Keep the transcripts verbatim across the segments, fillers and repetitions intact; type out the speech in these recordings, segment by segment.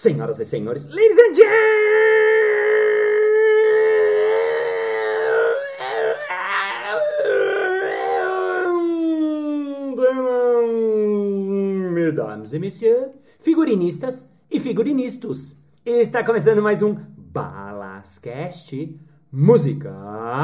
Senhoras e senhores, ladies and gentlemen, mesdames e messieurs, figurinistas e figurinistas, está começando mais um Balascast Música.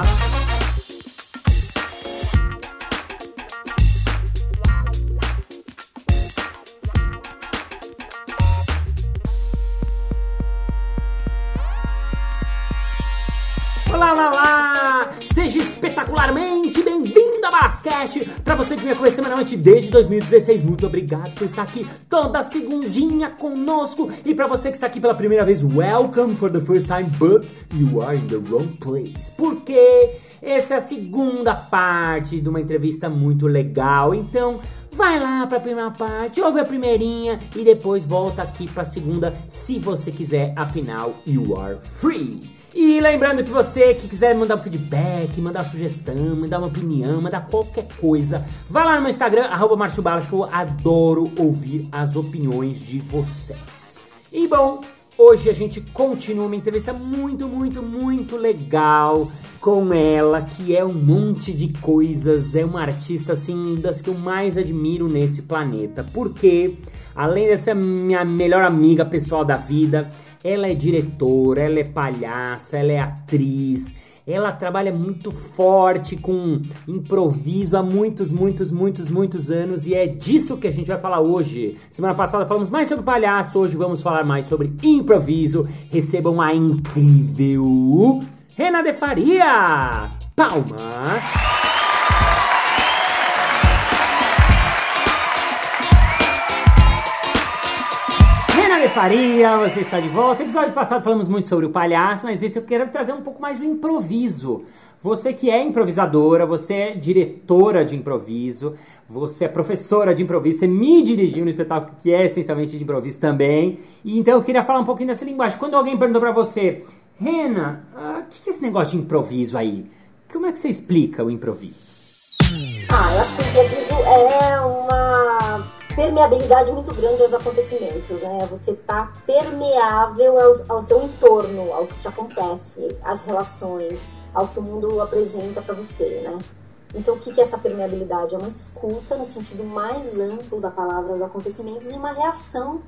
Olá, olá, olá! Seja espetacularmente bem-vindo a Balascast! Para você que me acompanha semanalmente desde dois mil e dezesseis, muito obrigado por estar aqui toda segundinha conosco. E para você que está aqui pela primeira vez, welcome for the first time, but you are in the wrong place. Porque essa é a segunda parte de uma entrevista muito legal, então vai lá para a primeira parte, ouve a primeirinha e depois volta aqui para a segunda, se você quiser, afinal, you are free. E lembrando que você que quiser mandar um feedback, mandar uma sugestão, mandar uma opinião, mandar qualquer coisa, vai lá no meu Instagram, arroba Márcio Balas, que eu adoro ouvir as opiniões de vocês. E bom, hoje a gente continua uma entrevista muito, muito, muito legal com ela, que é um monte de coisas, é uma artista assim das que eu mais admiro nesse planeta, porque além dessa minha melhor amiga pessoal da vida, ela é diretora, ela é palhaça, ela é atriz, ela trabalha muito forte com improviso há muitos, muitos, muitos, muitos anos e é disso que a gente vai falar hoje. Semana passada falamos mais sobre palhaço, hoje vamos falar mais sobre improviso. Recebam a incrível Rena de Faria! Palmas! Rena de Faria, você está de volta. No episódio passado falamos muito sobre o palhaço, mas esse eu quero trazer um pouco mais do improviso. Você que é improvisadora, você é diretora de improviso, você é professora de improviso, você me dirigiu no espetáculo que é essencialmente de improviso também. E então eu queria falar um pouquinho dessa linguagem. Quando alguém perguntou pra você, Rena, o uh, que, que é esse negócio de improviso aí? Como é que você explica o improviso? Ah, eu acho que o improviso é uma permeabilidade muito grande aos acontecimentos, né? Você tá permeável ao, ao seu entorno, ao que te acontece, às relações, ao que o mundo apresenta para você, né? Então, o que é essa permeabilidade? É uma escuta no sentido mais amplo da palavra aos acontecimentos e uma reação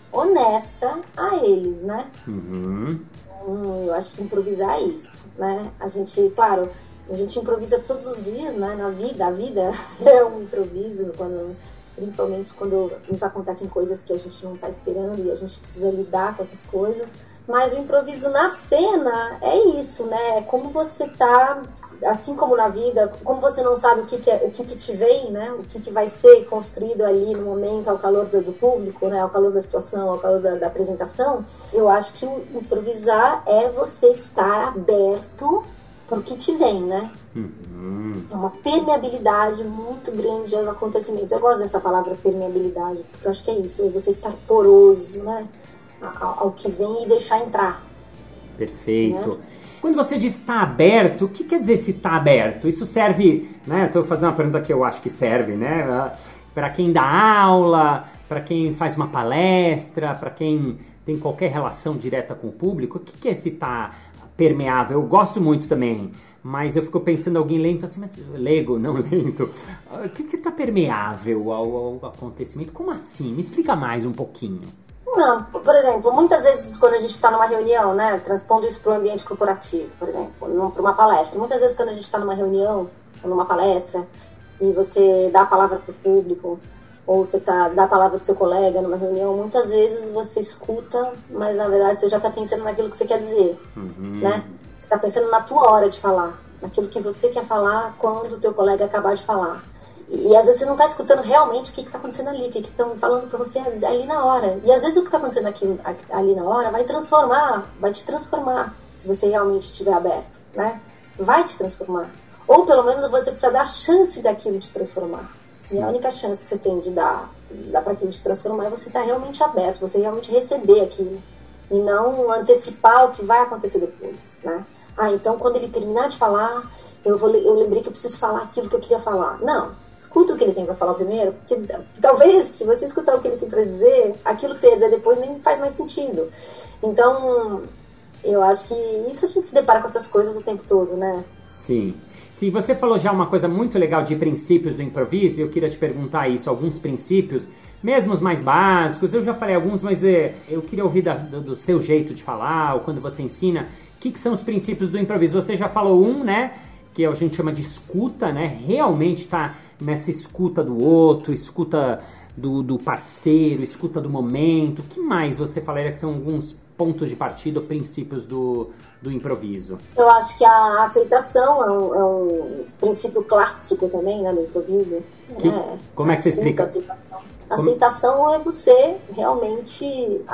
honesta a eles, né? Uhum. Hum, eu acho que improvisar é isso, né? A gente, claro, a gente improvisa todos os dias, né? Na vida, a vida é um improviso, quando... principalmente quando nos acontecem coisas que a gente não está esperando e a gente precisa lidar com essas coisas. Mas o improviso na cena é isso, né? É como você tá, assim como na vida, como você não sabe o que, que, é, o que, que te vem, né? O que, que vai ser construído ali no momento, ao calor do, do público, né? Ao calor da situação, ao calor da, da apresentação. Eu acho que o improvisar é você estar aberto para o que te vem, né? Uhum. É uma permeabilidade muito grande aos acontecimentos. Eu gosto dessa palavra permeabilidade, porque eu acho que é isso, é você estar poroso, né, ao, ao que vem e deixar entrar. Perfeito. Né? Quando você diz está aberto, o que quer dizer se está aberto? Isso serve, né, eu estou fazendo uma pergunta que eu acho que serve, né, para quem dá aula, para quem faz uma palestra, para quem tem qualquer relação direta com o público. O que é se está permeável? Eu gosto muito também, mas eu fico pensando alguém lento assim, mas leigo, não lento. O que que tá permeável ao, ao acontecimento? Como assim? Me explica mais um pouquinho. Não, por exemplo, muitas vezes quando a gente está numa reunião, né, transpondo isso para o ambiente corporativo, por exemplo, para uma palestra, muitas vezes quando a gente está numa reunião, ou numa palestra, e você dá a palavra para o público, ou você tá, dá a palavra para o seu colega numa reunião, muitas vezes você escuta, mas na verdade você já está pensando naquilo que você quer dizer, uhum. né? Você está pensando na tua hora de falar, naquilo que você quer falar quando o teu colega acabar de falar. E, e às vezes você não está escutando realmente o que está acontecendo ali, o que estão falando para você ali na hora. E às vezes o que está acontecendo aqui, ali na hora vai transformar, vai te transformar, se você realmente estiver aberto, né? Vai te transformar. Ou pelo menos você precisa dar a chance daquilo te transformar. E a única chance que você tem de dar, dar para aquilo te transformar é você estar realmente aberto, você realmente receber aquilo. E não antecipar o que vai acontecer depois, né? Ah, então quando ele terminar de falar, eu, vou, eu lembrei que eu preciso falar aquilo que eu queria falar. Não, Escuta o que ele tem para falar primeiro, porque talvez, se você escutar o que ele tem para dizer, aquilo que você ia dizer depois nem faz mais sentido. Então, eu acho que isso a gente se depara com essas coisas o tempo todo, né? Sim. Sim, você falou já uma coisa muito legal de princípios do improviso, e eu queria te perguntar isso, alguns princípios, mesmo os mais básicos, eu já falei alguns, mas é, eu queria ouvir da, do, do seu jeito de falar, ou quando você ensina, o que, que são os princípios do improviso? Você já falou um, né, que a gente chama de escuta, né, realmente tá nessa escuta do outro, escuta do, do parceiro, escuta do momento. O que mais você falaria que são alguns pontos de partida, princípios do, do improviso? Eu acho que a aceitação é um, é um princípio clássico também, né, do improviso. Que, né? Como é que você explica? Aceitação. Aceitação é você realmente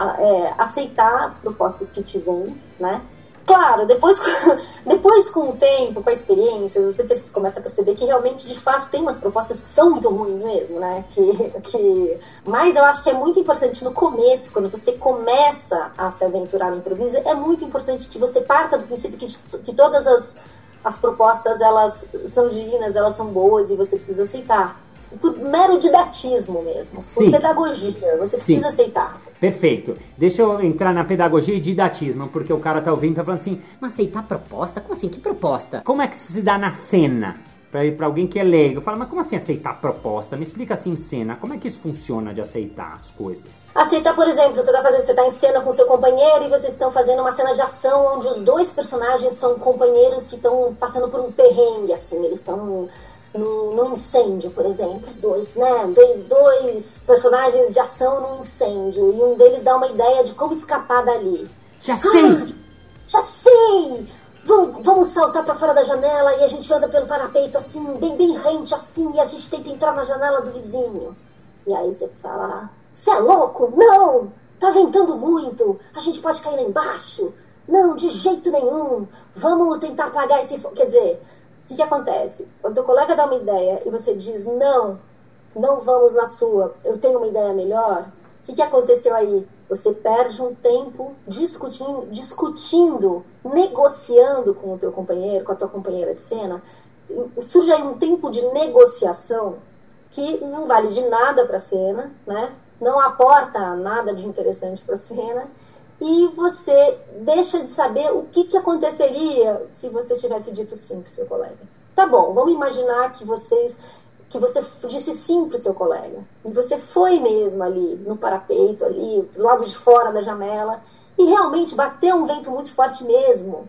é, aceitar as propostas que te vêm, né? Claro, depois, depois com o tempo, com a experiência, você começa a perceber que realmente, de fato, tem umas propostas que são muito ruins mesmo, né? Que, que... Mas eu acho que é muito importante no começo, quando você começa a se aventurar no improviso, é muito importante que você parta do princípio que, que todas as, as propostas, elas são divinas, elas são boas e você precisa aceitar. Por mero didatismo mesmo, Sim. por pedagogia, você Sim. precisa aceitar. Perfeito. Deixa eu entrar na pedagogia e didatismo, porque o cara tá ouvindo e tá falando assim, mas aceitar proposta? Como assim? Que proposta? Como é que isso se dá na cena? Pra, pra alguém que é leigo, fala, mas como assim aceitar proposta? Me explica assim em cena, como é que isso funciona de aceitar as coisas? Aceitar, por exemplo, você tá fazendo, você tá em cena com seu companheiro e vocês estão fazendo uma cena de ação onde os dois personagens são companheiros que estão passando por um perrengue, assim, eles estão... No, no incêndio, por exemplo, os dois, né? Dois, dois personagens de ação no incêndio e um deles dá uma ideia de como escapar dali. Já sei! Ah, já sei! Vamos, vamos saltar pra fora da janela e a gente anda pelo parapeito assim, bem, bem rente assim, e a gente tenta entrar na janela do vizinho. E aí você fala, você é louco? Não! Tá ventando muito, a gente pode cair lá embaixo. Não, de jeito nenhum. Vamos tentar apagar esse fogo. Quer dizer... O que, que acontece? Quando teu colega dá uma ideia e você diz, não, não vamos na sua, eu tenho uma ideia melhor, o que, que aconteceu aí? Você perde um tempo discutindo, discutindo, negociando com o teu companheiro, com a tua companheira de cena. Surge aí um tempo de negociação que não vale de nada para a cena, né? Não aporta nada de interessante para a cena. E você deixa de saber o que, que aconteceria se você tivesse dito sim para o seu colega. Tá bom, vamos imaginar que, vocês, que você disse sim para o seu colega. E você foi mesmo ali, no parapeito, ali, do lado de fora da janela, e realmente bateu um vento muito forte mesmo.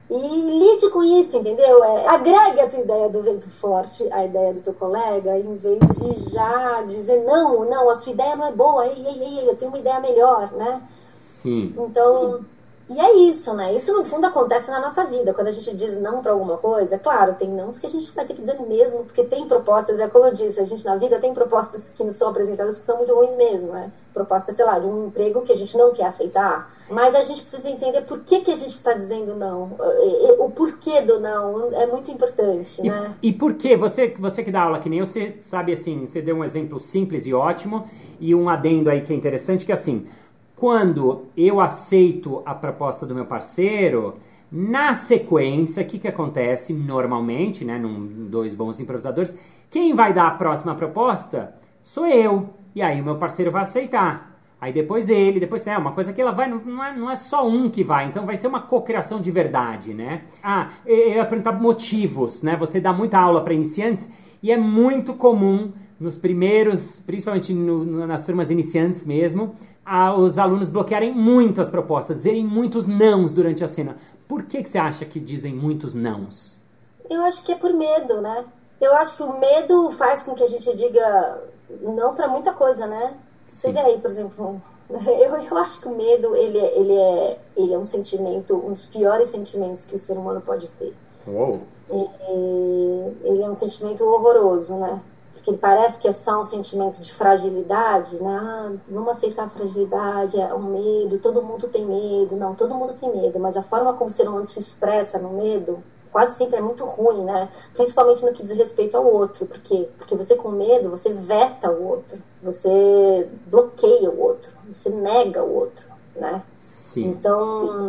E lide com isso, entendeu? É, agregue a tua ideia do vento forte à ideia do teu colega, em vez de já dizer, não, não, a sua ideia não é boa, ei, ei, ei, eu tenho uma ideia melhor, né? Sim. Então, e é isso, né? Isso no fundo acontece na nossa vida. Quando a gente diz não pra alguma coisa, é claro, tem nãos que a gente vai ter que dizer mesmo, porque tem propostas, é como eu disse, a gente na vida tem propostas que nos são apresentadas que são muito ruins mesmo, né? Proposta, sei lá, de um emprego que a gente não quer aceitar, mas a gente precisa entender por que, que a gente está dizendo não. O porquê do não é muito importante, e, né? E por quê? Você, você que dá aula que nem eu, você sabe assim, você deu um exemplo simples e ótimo, e um adendo aí que é interessante, que é assim... Quando eu aceito a proposta do meu parceiro, na sequência, o que, que acontece normalmente, né, num, dois bons improvisadores, quem vai dar a próxima proposta sou eu. E aí o meu parceiro vai aceitar. Aí depois ele, depois, né, uma coisa que ela vai, não é, não é só um que vai, então vai ser uma cocriação de verdade, né? Ah, eu ia perguntar motivos, né? Você dá muita aula para iniciantes e é muito comum nos primeiros, principalmente no, no, nas turmas iniciantes mesmo, a, os alunos bloquearem muito as propostas, dizerem muitos nãos durante a cena. Por que, que você acha que dizem muitos nãos? Eu acho que é por medo, né? Eu acho que o medo faz com que a gente diga não para muita coisa, né? Você vê aí, por exemplo, eu, eu acho que o medo, ele, ele, é, ele é um sentimento, um dos piores sentimentos que o ser humano pode ter. Uou. Ele, ele é um sentimento horroroso, né? Porque ele parece que é só um sentimento de fragilidade, né? Ah, vamos aceitar a fragilidade, é um medo, todo mundo tem medo. Não, todo mundo tem medo, mas a forma como o ser humano se expressa no medo quase sempre é muito ruim, né? Principalmente no que diz respeito ao outro. Por quê? Porque você com medo, você veta o outro, você bloqueia o outro, você nega o outro, né? Sim. Então,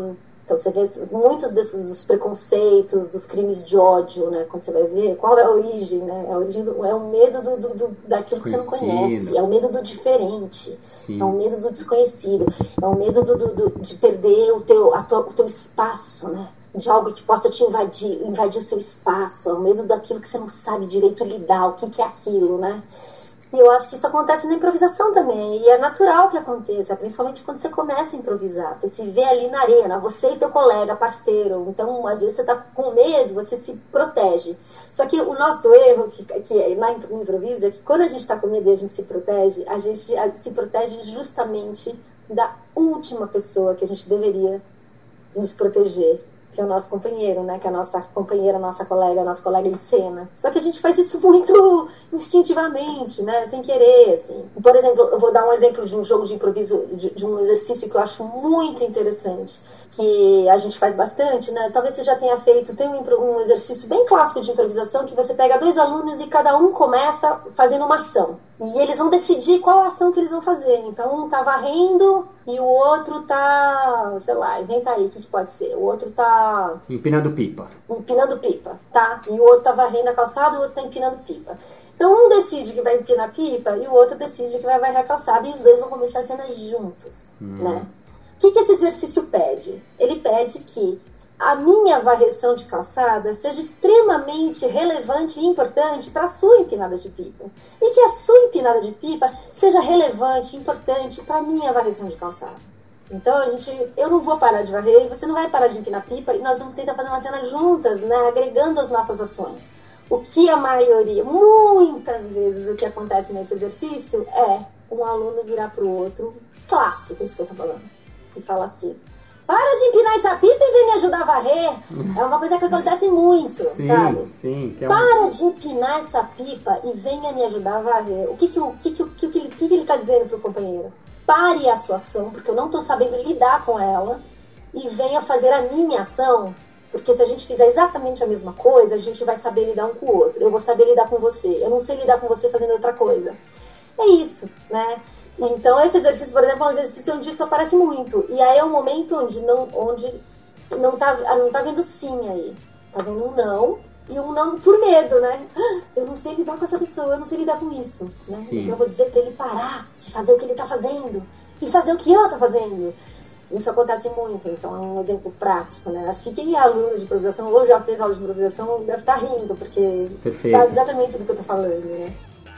Então você vê muitos desses dos preconceitos, dos crimes de ódio, né? Quando você vai ver, qual é a origem, né? A origem do, é o medo do, do, do, daquilo que você não conhece, é o medo do diferente, Sim. é o medo do desconhecido, é o medo do, do, do, de perder o teu, a tua, o teu espaço, né? De algo que possa te invadir, invadir o seu espaço, é o medo daquilo que você não sabe direito lidar, o que, que é aquilo, né? E eu acho que isso acontece na improvisação também, e é natural que aconteça, principalmente quando você começa a improvisar, você se vê ali na arena, você e teu colega, parceiro, então às vezes você tá com medo, você se protege. Só que o nosso erro, que, que na improviso, é que quando a gente tá com medo e a gente se protege, a gente se protege justamente da última pessoa que a gente deveria nos proteger, que é o nosso companheiro, né? Que é a nossa companheira, a nossa colega, a nossa colega de cena. Só que a gente faz isso muito instintivamente, né? Sem querer, assim. Por exemplo, eu vou dar um exemplo de um jogo de improviso, de, de um exercício que eu acho muito interessante, que a gente faz bastante, né? Talvez você já tenha feito, tem um, um exercício bem clássico de improvisação, que você pega dois alunos e cada um começa fazendo uma ação. E eles vão decidir qual ação que eles vão fazer. Então, um tá varrendo e o outro tá, sei lá, inventa aí, o que, que pode ser? O outro tá... empinando pipa. Empinando pipa, tá? E o outro tá varrendo a calçada e o outro tá empinando pipa. Então, um decide que vai empinar pipa e o outro decide que vai varrer a calçada e os dois vão começar a cena juntos, hum. né? O que, que esse exercício pede? Ele pede que a minha varreção de calçada seja extremamente relevante e importante para a sua empinada de pipa. E que a sua empinada de pipa seja relevante e importante para a minha varreção de calçada. Então, a gente, eu não vou parar de varrer, você não vai parar de empinar pipa, e nós vamos tentar fazer uma cena juntas, né, agregando as nossas ações. O que a maioria, muitas vezes, o que acontece nesse exercício é um aluno virar para o outro, clássico isso que eu estou falando, e falar assim: para de empinar essa pipa e vem me ajudar a varrer. É uma coisa que acontece muito, sim, sabe? Sim, que é para um... de empinar essa pipa e venha me ajudar a varrer. O que, que, o, que, que, que, que, que ele está dizendo pro companheiro? Pare a sua ação, porque eu não estou sabendo lidar com ela, e venha fazer a minha ação, porque se a gente fizer exatamente a mesma coisa, a gente vai saber lidar um com o outro. Eu vou saber lidar com você. Eu não sei lidar com você fazendo outra coisa. É isso, né? Então, esse exercício, por exemplo, é um exercício onde isso aparece muito. E aí é um momento onde não, onde não, tá, não tá vendo sim aí. Tá vendo um não, e um não por medo, né? Eu não sei lidar com essa pessoa, eu não sei lidar com isso. Né? Então eu vou dizer pra ele parar de fazer o que ele tá fazendo e fazer o que eu tô fazendo. Isso acontece muito, então é um exemplo prático, né? Acho que quem é aluno de improvisação ou já fez aula de improvisação deve estar rindo, porque Perfeito. Sabe exatamente do que eu tô falando, né?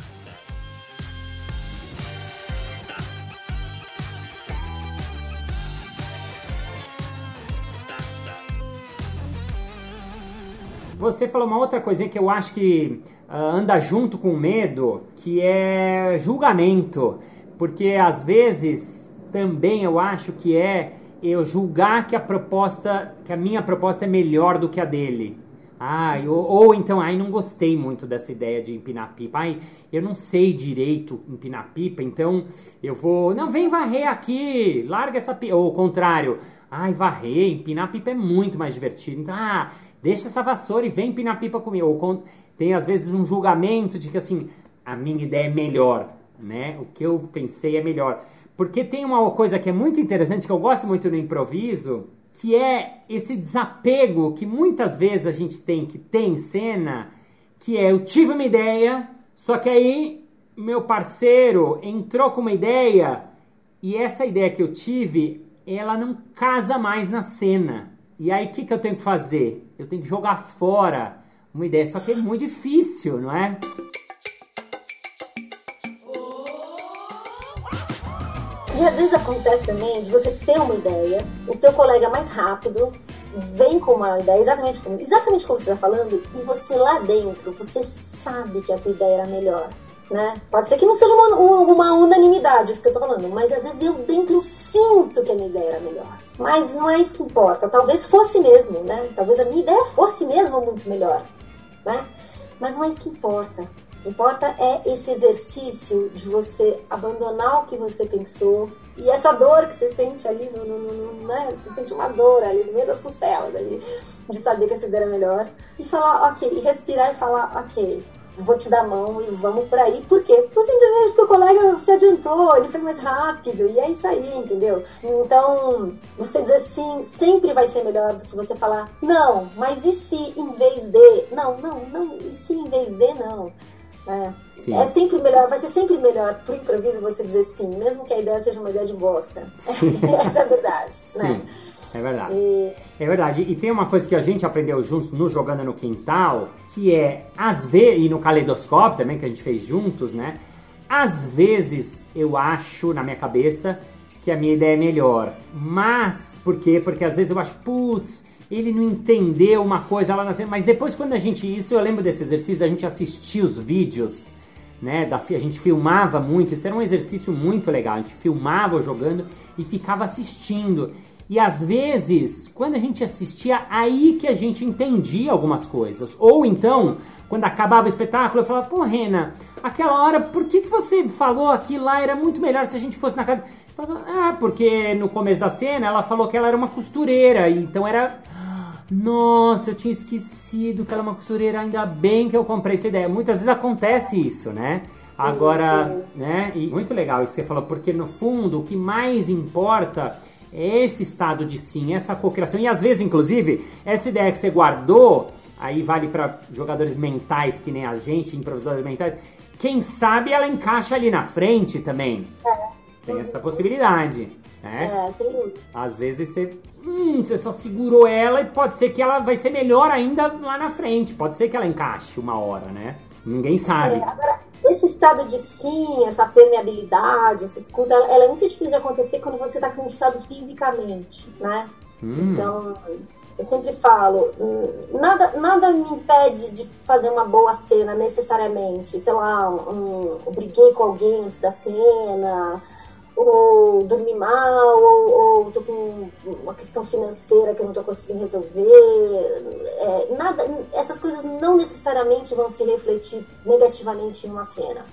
Você falou uma outra coisinha que eu acho que uh, anda junto com o medo, que é julgamento. Porque às vezes também eu acho que é eu julgar que a proposta, que a minha proposta é melhor do que a dele. Ah, ou, ou então, ai, não gostei muito dessa ideia de empinar pipa. Ai, eu não sei direito empinar pipa, então eu vou... Não, vem varrer aqui, larga essa pipa. Ou o contrário, ai, varrer, empinar pipa é muito mais divertido. Então, ah... deixa essa vassoura e vem empinar pipa comigo. Ou tem, às vezes, um julgamento de que, assim, a minha ideia é melhor, né? O que eu pensei é melhor. Porque tem uma coisa que é muito interessante, que eu gosto muito no improviso, que é esse desapego que muitas vezes a gente tem que ter em cena, que é, eu tive uma ideia, só que aí meu parceiro entrou com uma ideia e essa ideia que eu tive, ela não casa mais na cena. E aí, o que, que eu tenho que fazer? Eu tenho que jogar fora uma ideia, só que é muito difícil, não é? E às vezes acontece também de você ter uma ideia, o teu colega mais rápido vem com uma ideia exatamente como, exatamente como você está falando, e você lá dentro, você sabe que a tua ideia era melhor. Né? Pode ser que não seja uma, uma unanimidade isso que eu tô falando, mas às vezes eu dentro sinto que a minha ideia era melhor. Mas não é isso que importa. Talvez fosse mesmo, né? Talvez a minha ideia fosse mesmo muito melhor, né? Mas não é isso que importa. O que importa é esse exercício de você abandonar o que você pensou e essa dor que você sente ali, no, no, no, né? Você sente uma dor ali no meio das costelas ali, de saber que essa ideia era melhor, e falar, ok, e respirar e falar, ok, vou te dar a mão e vamos por aí. Por quê? Porque simplesmente porque o colega se adiantou, ele foi mais rápido, e é isso aí, entendeu? Então, você dizer sim sempre vai ser melhor do que você falar não, mas e se em vez de... Não, não, não, e se em vez de não? É, é sempre melhor, vai ser sempre melhor pro improviso você dizer sim, mesmo que a ideia seja uma ideia de bosta. Essa é a verdade, sim. Né? É verdade. E... É verdade. E tem uma coisa que a gente aprendeu juntos no Jogando no Quintal, que é, às vezes, e no Caleidoscópio também, que a gente fez juntos, né? Às vezes eu acho, na minha cabeça, que a minha ideia é melhor. Mas, por quê? Porque às vezes eu acho, putz, ele não entendeu uma coisa lá na cena. Mas depois, quando a gente... Isso eu lembro desse exercício, da gente assistir os vídeos, né? Da, a gente filmava muito, isso era um exercício muito legal. A gente filmava jogando e ficava assistindo. E às vezes, quando a gente assistia, aí que a gente entendia algumas coisas. Ou então, quando acabava o espetáculo, eu falava, pô, Rena, aquela hora, por que, que você falou aquilo lá? Era muito melhor se a gente fosse na casa... Eu falava, ah, porque no começo da cena ela falou que ela era uma costureira, então era... Nossa, eu tinha esquecido que ela é uma costureira, ainda bem que eu comprei essa ideia. Muitas vezes acontece isso, né? Agora, sim, sim. né? E muito legal isso que você falou, porque no fundo, o que mais importa... esse estado de sim, essa cocriação. E às vezes, inclusive, essa ideia que você guardou, aí vale para jogadores mentais que nem a gente, improvisadores mentais, quem sabe ela encaixa ali na frente também. É. Tem essa possibilidade, né? É, sem dúvida. Às vezes você, hum, você só segurou ela e pode ser que ela vai ser melhor ainda lá na frente. Pode ser que ela encaixe uma hora, né? Ninguém sabe. É, agora, esse estado de sim, essa permeabilidade, essa escuta, ela, ela é muito difícil de acontecer quando você está cansado fisicamente, né? Hum. Então, eu sempre falo, nada, nada me impede de fazer uma boa cena necessariamente. Sei lá, um, eu briguei com alguém antes da cena, ou dormi mal, ou, ou tô com uma questão financeira que eu não tô conseguindo resolver. É, nada, essas coisas não necessariamente vão se refletir negativamente em uma cena.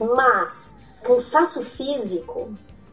Mas cansaço físico,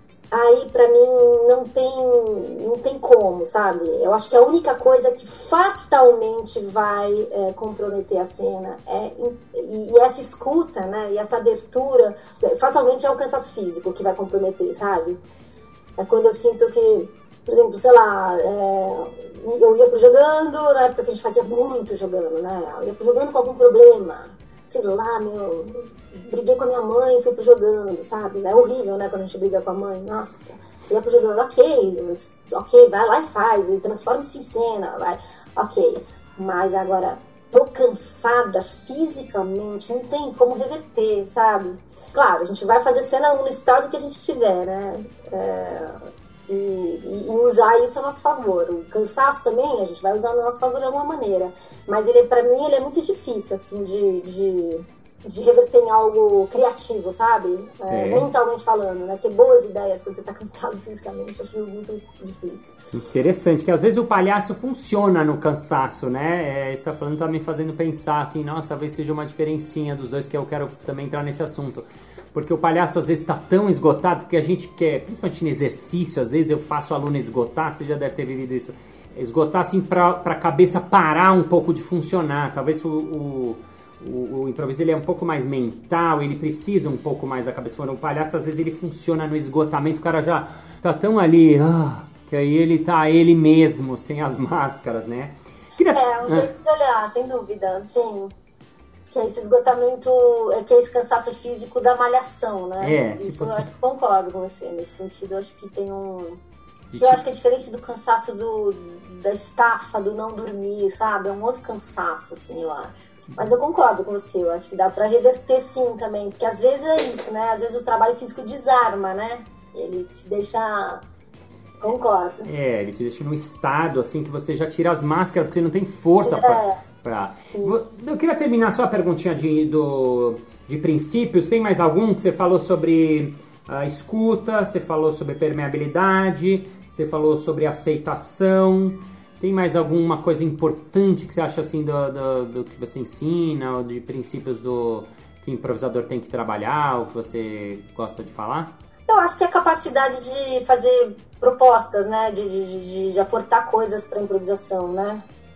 aí pra mim não tem, não tem como, sabe? Eu acho que a única coisa que fatalmente vai é, comprometer a cena é, e, e essa escuta, né? E essa abertura, fatalmente é o cansaço físico que vai comprometer, sabe? É quando eu sinto que, por exemplo, sei lá, é, eu ia pro jogando, na época que a gente fazia muito jogando, né? Eu ia pro jogando com algum problema, sei lá, meu... briguei com a minha mãe e fui pro jogando, sabe? É horrível, né, quando a gente briga com a mãe. Nossa, ia pro jogando, ok, ok, vai lá e faz, e transforma isso em cena, vai, ok. Mas agora, tô cansada fisicamente, não tem como reverter, sabe? Claro, a gente vai fazer cena no estado que a gente tiver, né? É, e, e, e usar isso a nosso favor. O cansaço também, a gente vai usar a nosso favor de alguma maneira. Mas ele, pra mim, ele é muito difícil, assim, de... de de reverter em algo criativo, sabe? É, mentalmente falando, né? Ter boas ideias quando você tá cansado fisicamente, eu acho muito difícil. Interessante, que às vezes o palhaço funciona no cansaço, né? É, você tá falando, tá me fazendo pensar assim, nossa, talvez seja uma diferencinha dos dois, que eu quero também entrar nesse assunto. Porque o palhaço às vezes tá tão esgotado, porque a gente quer, principalmente no exercício, às vezes eu faço o aluno esgotar, você já deve ter vivido isso, esgotar assim pra, pra cabeça parar um pouco de funcionar. Talvez o... o O, o improviso ele é um pouco mais mental, ele precisa um pouco mais da cabeça. O palhaço, às vezes, ele funciona no esgotamento, o cara já tá tão ali, ah, que aí ele tá ele mesmo, sem as máscaras, né? Queria... É, um jeito de olhar, sem dúvida, sim. Que é esse esgotamento, que é esse cansaço físico da malhação, né? É, tipo Isso assim... eu concordo com você, nesse sentido, eu acho que tem um... Que eu acho que é diferente do cansaço do, da estafa, do não dormir, sabe? É um outro cansaço, assim, eu acho. Mas eu concordo com você, eu acho que dá pra reverter sim também, porque às vezes é isso, né? Às vezes o trabalho físico desarma, né? Ele te deixa... Concordo. É, ele te deixa num estado, assim, que você já tira as máscaras, porque você não tem força é. pra... pra... Eu queria terminar só a perguntinha de, do, de princípios. Tem mais algum que você falou sobre a escuta, você falou sobre permeabilidade, você falou sobre aceitação... Tem mais alguma coisa importante que você acha assim do, do, do que você ensina, ou de princípios do que o improvisador tem que trabalhar, ou que você gosta de falar? Eu acho que é a capacidade de fazer propostas, né? De, de, de, de aportar coisas para a improvisação, né?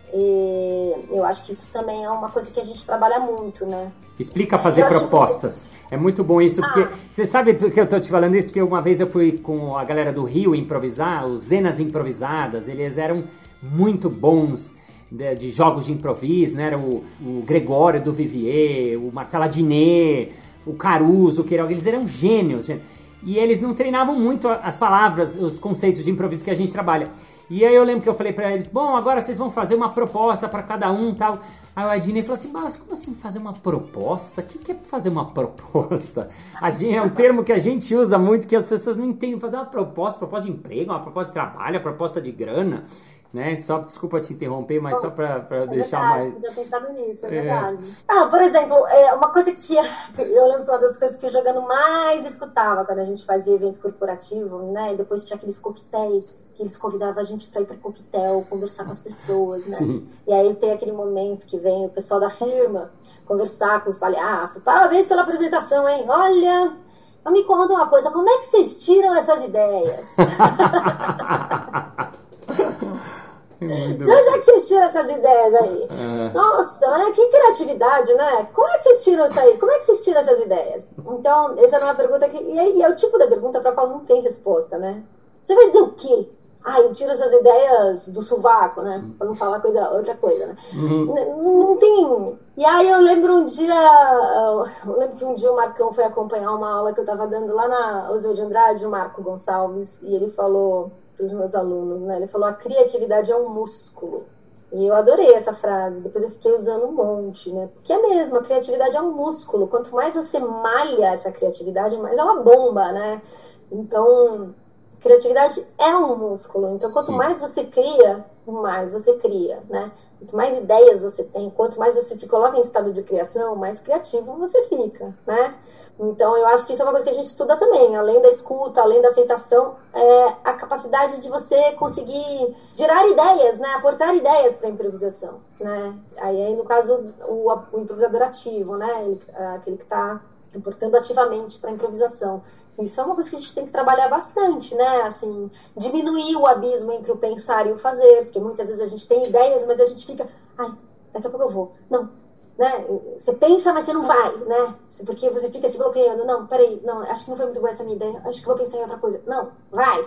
E eu acho que isso também é uma coisa que a gente trabalha muito, né? Explica fazer propostas. Que... É muito bom isso, porque ah. você sabe que eu tô te falando isso, porque uma vez eu fui com a galera do Rio improvisar, os Zenas Improvisadas, eles eram muito bons de, de jogos de improviso, né? Era o, o Gregório do Vivier, o Marcelo Adnet, o Caruso, o Queiroga, eles eram gênios, gênios. E eles não treinavam muito as palavras, os conceitos de improviso que a gente trabalha. E aí eu lembro que eu falei pra eles, bom, agora vocês vão fazer uma proposta pra cada um e tal. Aí o Adnet falou assim, mas como assim fazer uma proposta? O que, que é fazer uma proposta? A gente, é um termo que a gente usa muito, que as pessoas não entendem. Fazer uma proposta, proposta de emprego, uma proposta de trabalho, uma proposta de grana, né? Só, desculpa te interromper, mas Bom, só pra, pra é deixar verdade, mais... Já pensado nisso, é, é verdade. Ah, por exemplo, é uma coisa que eu lembro que uma das coisas que o Jogando mais escutava quando a gente fazia evento corporativo, né? E depois tinha aqueles coquetéis que eles convidavam a gente pra ir pra coquetel, conversar com as pessoas, né? Sim. E aí tem aquele momento que vem o pessoal da firma conversar com os palhaços. Parabéns pela apresentação, hein? Olha, me conta uma coisa, como é que vocês tiram essas ideias? De onde é que vocês tiram essas ideias aí? É. Nossa, que criatividade, né? Como é que vocês tiram isso aí? Como é que vocês tiram essas ideias? Então, essa é uma pergunta que... E é, e é o tipo da pergunta para a qual não tem resposta, né? Você vai dizer o quê? Ah, eu tiro essas ideias do sovaco, né? Para não falar coisa, outra coisa, né? Uhum. Não, não tem... E aí eu lembro um dia... Eu lembro que um dia o Marcão foi acompanhar uma aula que eu estava dando lá na Oseu de Andrade, o Marco Gonçalves, e ele falou... para os meus alunos, né? Ele falou, a criatividade é um músculo. E eu adorei essa frase, depois eu fiquei usando um monte, né? Porque é mesmo, a criatividade é um músculo. Quanto mais você malha essa criatividade, mais ela bomba, né? Então, criatividade é um músculo. Então, quanto Sim. mais você cria, mais você cria, né? Quanto mais ideias você tem, quanto mais você se coloca em estado de criação, mais criativo você fica, né? Então, eu acho que isso é uma coisa que a gente estuda também, além da escuta, além da aceitação, é a capacidade de você conseguir gerar ideias, né? Aportar ideias para a improvisação, né? Aí, aí, no caso, o, o improvisador ativo, né? Ele, aquele que está aportando ativamente para a improvisação. Isso é uma coisa que a gente tem que trabalhar bastante, né? Assim, diminuir o abismo entre o pensar e o fazer, porque muitas vezes a gente tem ideias, mas a gente fica, ai, daqui a pouco eu vou. Não, né? Você pensa, mas você não vai, né? Porque você fica se bloqueando. Não, peraí, não, acho que não foi muito boa essa minha ideia, acho que vou pensar em outra coisa. Não, vai!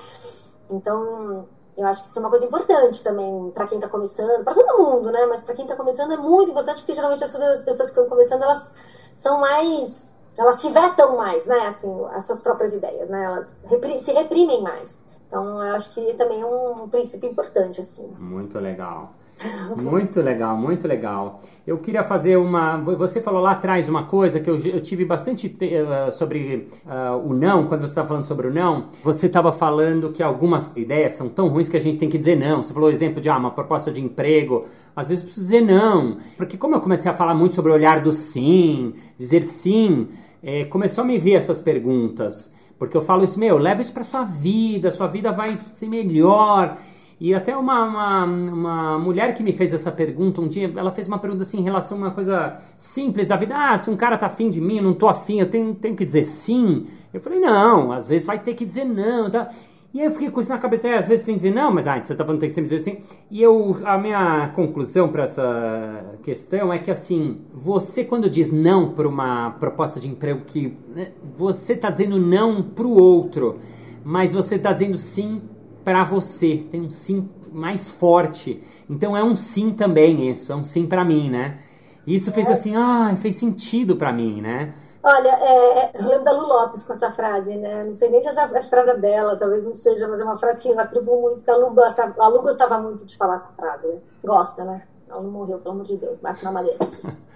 Então, eu acho que isso é uma coisa importante também para quem está começando, para todo mundo, né? Mas para quem está começando é muito importante, porque geralmente as pessoas que estão começando, elas são mais... Elas se vetam mais, né? Assim, as suas próprias ideias, né? Elas repri- se reprimem mais. Então, eu acho que também é um princípio importante, assim. Muito legal. Muito legal, muito legal. Eu queria fazer uma... Você falou lá atrás uma coisa que eu, eu tive bastante te... uh, sobre uh, o não, quando você estava falando sobre o não. Você estava falando que algumas ideias são tão ruins que a gente tem que dizer não. Você falou o exemplo de ah, uma proposta de emprego. Às vezes eu preciso dizer não. Porque como eu comecei a falar muito sobre o olhar do sim, dizer sim, é, começou a me vir essas perguntas. Porque eu falo isso, meu, leva isso para sua vida, sua vida vai ser melhor. E até uma, uma, uma mulher que me fez essa pergunta um dia, ela fez uma pergunta assim em relação a uma coisa simples da vida. Ah, se um cara tá afim de mim, eu não tô afim, eu tenho, tenho que dizer sim. Eu falei, não, às vezes vai ter que dizer não, tá? E aí eu fiquei com isso na cabeça, é, às vezes tem que dizer não, mas ah, você tá falando que tem que dizer sim. E eu, a minha conclusão para essa questão é que assim, você quando diz não para uma proposta de emprego que né, você tá dizendo não pro outro, mas você tá dizendo sim para você, tem um sim mais forte. Então é um sim também isso, é um sim para mim, né? E isso fez assim, ah, fez sentido para mim, né? Olha, é, eu lembro da Lu Lopes com essa frase, né? Não sei nem se essa é a frase dela, talvez não seja, mas é uma frase que eu atribuo muito, porque a Lu, gosta, a Lu gostava muito de falar essa frase, né? Gosta, né? Ela não morreu, pelo amor de Deus, bate na madeira.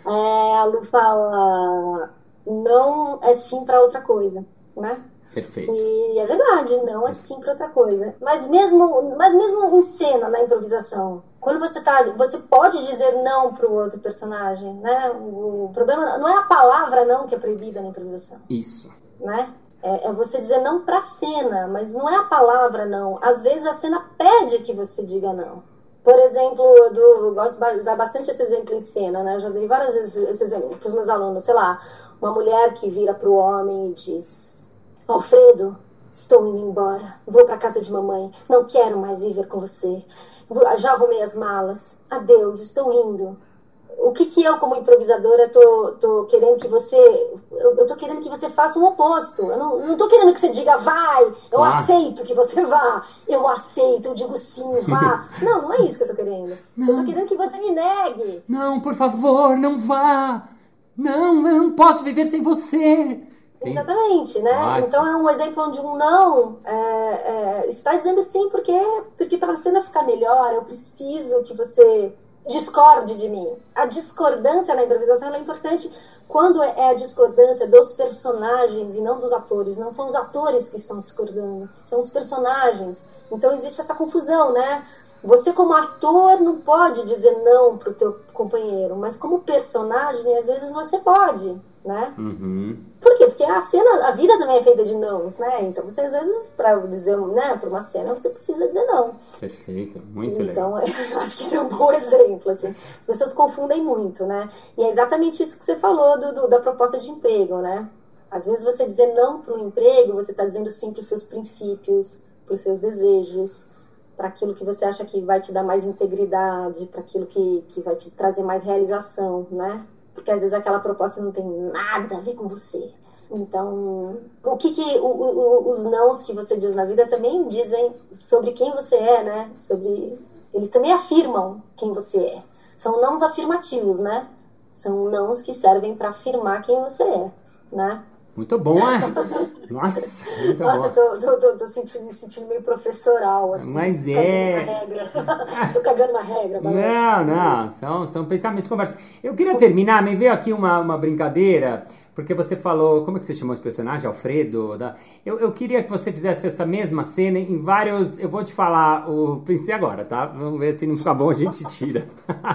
É, a Lu fala, não é sim para outra coisa, né? Perfeito. E é verdade, não é sim para outra coisa. Mas mesmo, mas mesmo em cena, na improvisação, quando você tá, você pode dizer não para o outro personagem, né? O, o problema não é a palavra não que é proibida na improvisação. Isso. Né? É, é você dizer não para a cena, mas não é a palavra não. Às vezes a cena pede que você diga não. Por exemplo, do, eu gosto de dar bastante esse exemplo em cena, né? Eu já dei várias vezes esse exemplo para os meus alunos. Sei lá, uma mulher que vira para o homem e diz: Alfredo, Estou indo embora. Vou para casa de mamãe. Não quero mais viver com você. Já arrumei as malas. Adeus, estou indo. O que que eu, como improvisadora, tô, tô querendo que você... Eu, eu tô querendo que você faça o oposto. Eu não, não tô querendo que você diga, vai, eu ah. aceito que você vá. Eu aceito, eu digo sim, vá. Não, não é isso que eu tô querendo. Não. Eu tô querendo que você me negue. Não, por favor, não vá. Não, eu não posso viver sem você. Exatamente, né? Ótimo. Então é um exemplo onde um não é, é, está dizendo sim porque, porque para a cena ficar melhor, eu preciso que você... discorde de mim. A discordância na improvisação é importante quando é a discordância dos personagens e não dos atores. Não são os atores que estão discordando, são os personagens. Então existe essa confusão, né? Você como ator não pode dizer não pro teu companheiro, mas como personagem, às vezes você pode, né? Uhum. Por quê? Porque a cena, a vida também é feita de nãos, né? Então você às vezes, para dizer, né, para uma cena, você precisa dizer não. Perfeito, muito então, legal. Então, eu acho que esse é um bom exemplo, assim. As pessoas confundem muito, né? E é exatamente isso que você falou do, do, da proposta de emprego, né? Às vezes você dizer não para um emprego, você está dizendo sim para os seus princípios, para os seus desejos, para aquilo que você acha que vai te dar mais integridade, para aquilo que, que vai te trazer mais realização, né? Porque às vezes aquela proposta não tem nada a ver com você. Então, o que que o, o, os nãos que você diz na vida também dizem sobre quem você é, né? Sobre, eles também afirmam quem você é. São nãos afirmativos, né? São nãos que servem para afirmar quem você é, né? Muito bom, é? Nossa, muito Nossa, bom. tô, tô, tô, tô sentindo, me sentindo meio professoral, assim. Mas é... Cagando uma regra. Tô cagando uma regra. Não, não, são, são pensamentos, conversas. Eu queria terminar, me veio aqui uma, uma brincadeira, porque você falou, como é que você chamou esse personagem? Alfredo? Da... Eu, eu queria que você fizesse essa mesma cena em vários... Eu vou te falar, o pensei agora, tá? Vamos ver se não ficar bom, a gente tira.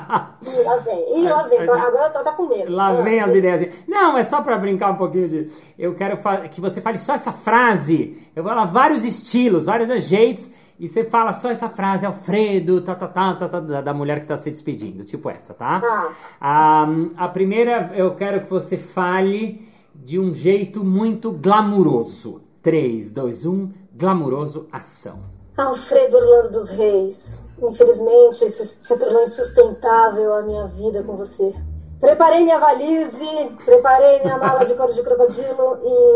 Ih, lá vem, ih, lá vem. Tô, agora eu tô, tô com medo. Lá vem as ideias. Não, é só pra brincar um pouquinho de... Eu quero que você fale só essa frase. Eu vou lá, vários estilos, vários jeitos, e você fala só essa frase, Alfredo, tá, tá, tá, tá, tá, da mulher que tá se despedindo, tipo essa, tá? Ah. A, a primeira, eu quero que você fale de um jeito muito glamuroso. três, dois, um, glamuroso, ação. Alfredo Orlando dos Reis, infelizmente isso se tornou insustentável a minha vida com você. Preparei minha valise, preparei minha mala de couro de crocodilo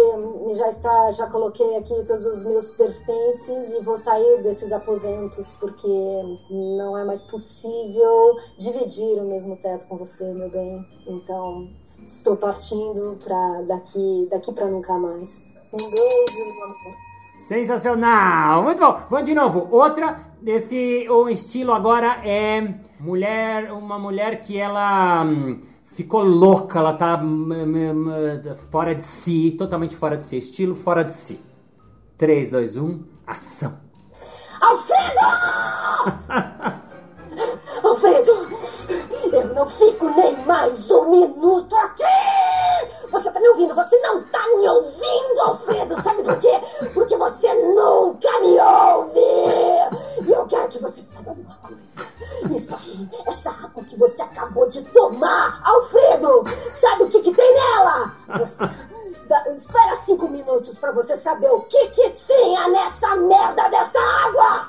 e já está, já coloquei aqui todos os meus pertences e vou sair desses aposentos porque não é mais possível dividir o mesmo teto com você, meu bem. Então, estou partindo para daqui, daqui para nunca mais. Um beijo, meu amor. Sensacional, muito bom. Vamos de novo. Outra, esse o estilo agora é mulher, uma mulher que ela hum, ficou louca, ela tá hum, hum, fora de si, totalmente fora de si, estilo fora de si. três, dois, um, ação. Alfredo! Alfredo, eu não fico nem mais um minuto aqui! Você tá me ouvindo? Você não tá me ouvindo, Alfredo! Sabe por quê? Porque você nunca me ouve! E eu quero que você saiba uma coisa. Isso aí, essa água que você acabou de tomar, Alfredo! Sabe o que que tem nela? Você... Da... Espera cinco minutos pra você saber o que que tinha nessa merda dessa água!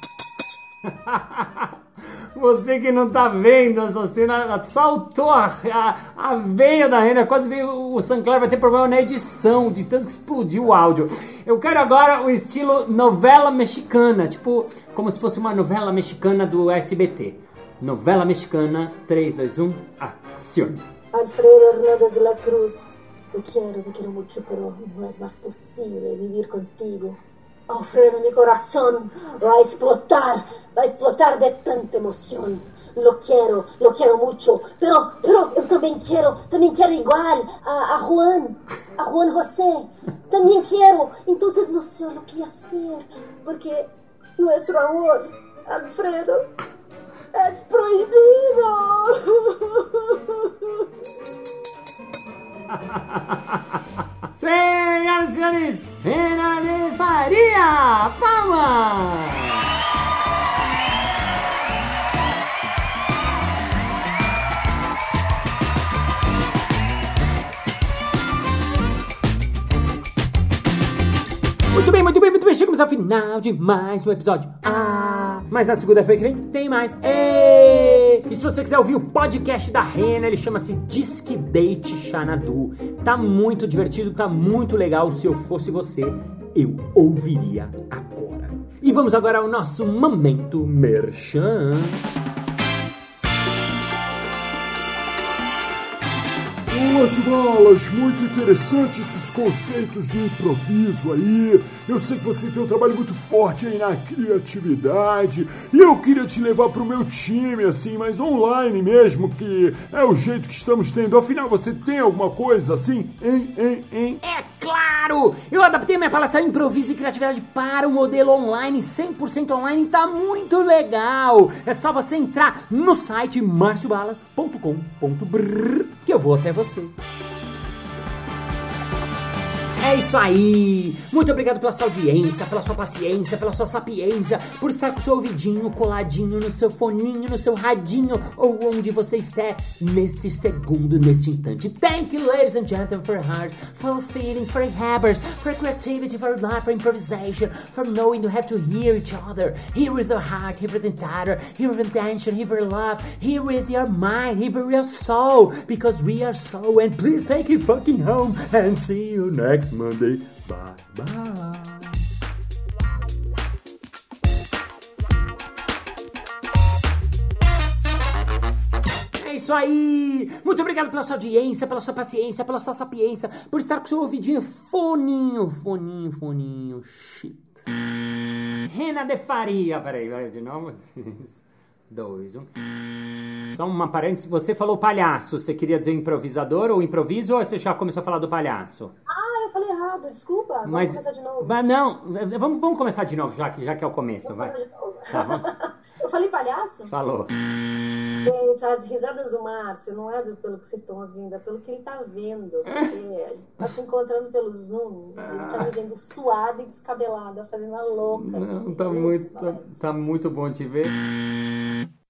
Você que não tá vendo essa cena, saltou a, a, a veia da Renner, quase veio, o Sancler vai ter problema na edição, de tanto que explodiu o áudio. Eu quero agora o estilo novela mexicana, tipo, como se fosse uma novela mexicana do S B T. Novela mexicana, três, dois, um, acción. Alfredo Hernández de la Cruz, te quiero, te quiero mucho, pero no es más posible vivir contigo. Alfredo, mi corazón va a explotar, va a explotar de tanta emoción. Lo quiero, lo quiero mucho, pero, pero yo también quiero, también quiero igual a, a Juan, a Juan José. También quiero, entonces no sé lo que hacer, porque nuestro amor, Alfredo, es prohibido. Senhoras e senhores, Renner Faria, palmas! Muito bem, muito bem, muito bem. Chegamos ao final de mais um episódio. Ah, mas na segunda-feira que vem tem mais. Êêê! E se você quiser ouvir o podcast da Rena, ele chama-se Disque Date Xanadu. Tá muito divertido, tá muito legal. Se eu fosse você, eu ouviria agora. E vamos agora ao nosso momento merchan. Boas balas, muito interessante esses conceitos do improviso aí. Eu sei que você tem um trabalho muito forte aí na criatividade e eu queria te levar pro meu time, assim, mas online mesmo, que é o jeito que estamos tendo. Afinal, você tem alguma coisa assim? Hein, hein, hein? É claro! Eu adaptei minha palestra Improviso e Criatividade para o modelo online, cem por cento online, e tá muito legal! É só você entrar no site marcio balas ponto com ponto br que eu vou até você. É isso aí! Muito obrigado pela sua audiência, pela sua paciência, pela sua sapiência, por estar com o seu ouvidinho coladinho no seu foninho, no seu radinho, ou onde você estiver neste segundo, neste instante. Thank you, ladies and gentlemen, for your heart, for your feelings, for your habits, for your creativity, for your life, for improvisation, for knowing you have to hear each other. Hear with your heart, hear with the entire, hear with intention, hear with your love, hear with your mind, hear with your soul, because we are soul, and please take it fucking home, and see you next Monday. Bye, bye. É isso aí! Muito obrigado pela sua audiência, pela sua paciência, pela sua sapiência, por estar com o seu ouvidinho foninho, foninho, foninho, shit. Rena de Faria, peraí, peraí, de novo. três, dois, um. Só uma parênteses, você falou palhaço, você queria dizer improvisador ou improviso, ou você já começou a falar do palhaço? Ah, eu falei errado, desculpa, vamos Mas, começar de novo. Mas não, vamos, vamos começar de novo, já que, já que é o começo, Vamos vai. começar de novo. Tá, vamos. Eu falei palhaço? Falou. Gente, as risadas do Márcio não é do, pelo que vocês estão ouvindo, é pelo que ele tá vendo. Porque a gente tá se encontrando pelo Zoom, ele tá me vendo suada e descabelada, fazendo a louca. Não, tá Isso, muito, tá, mas- tá muito bom te ver.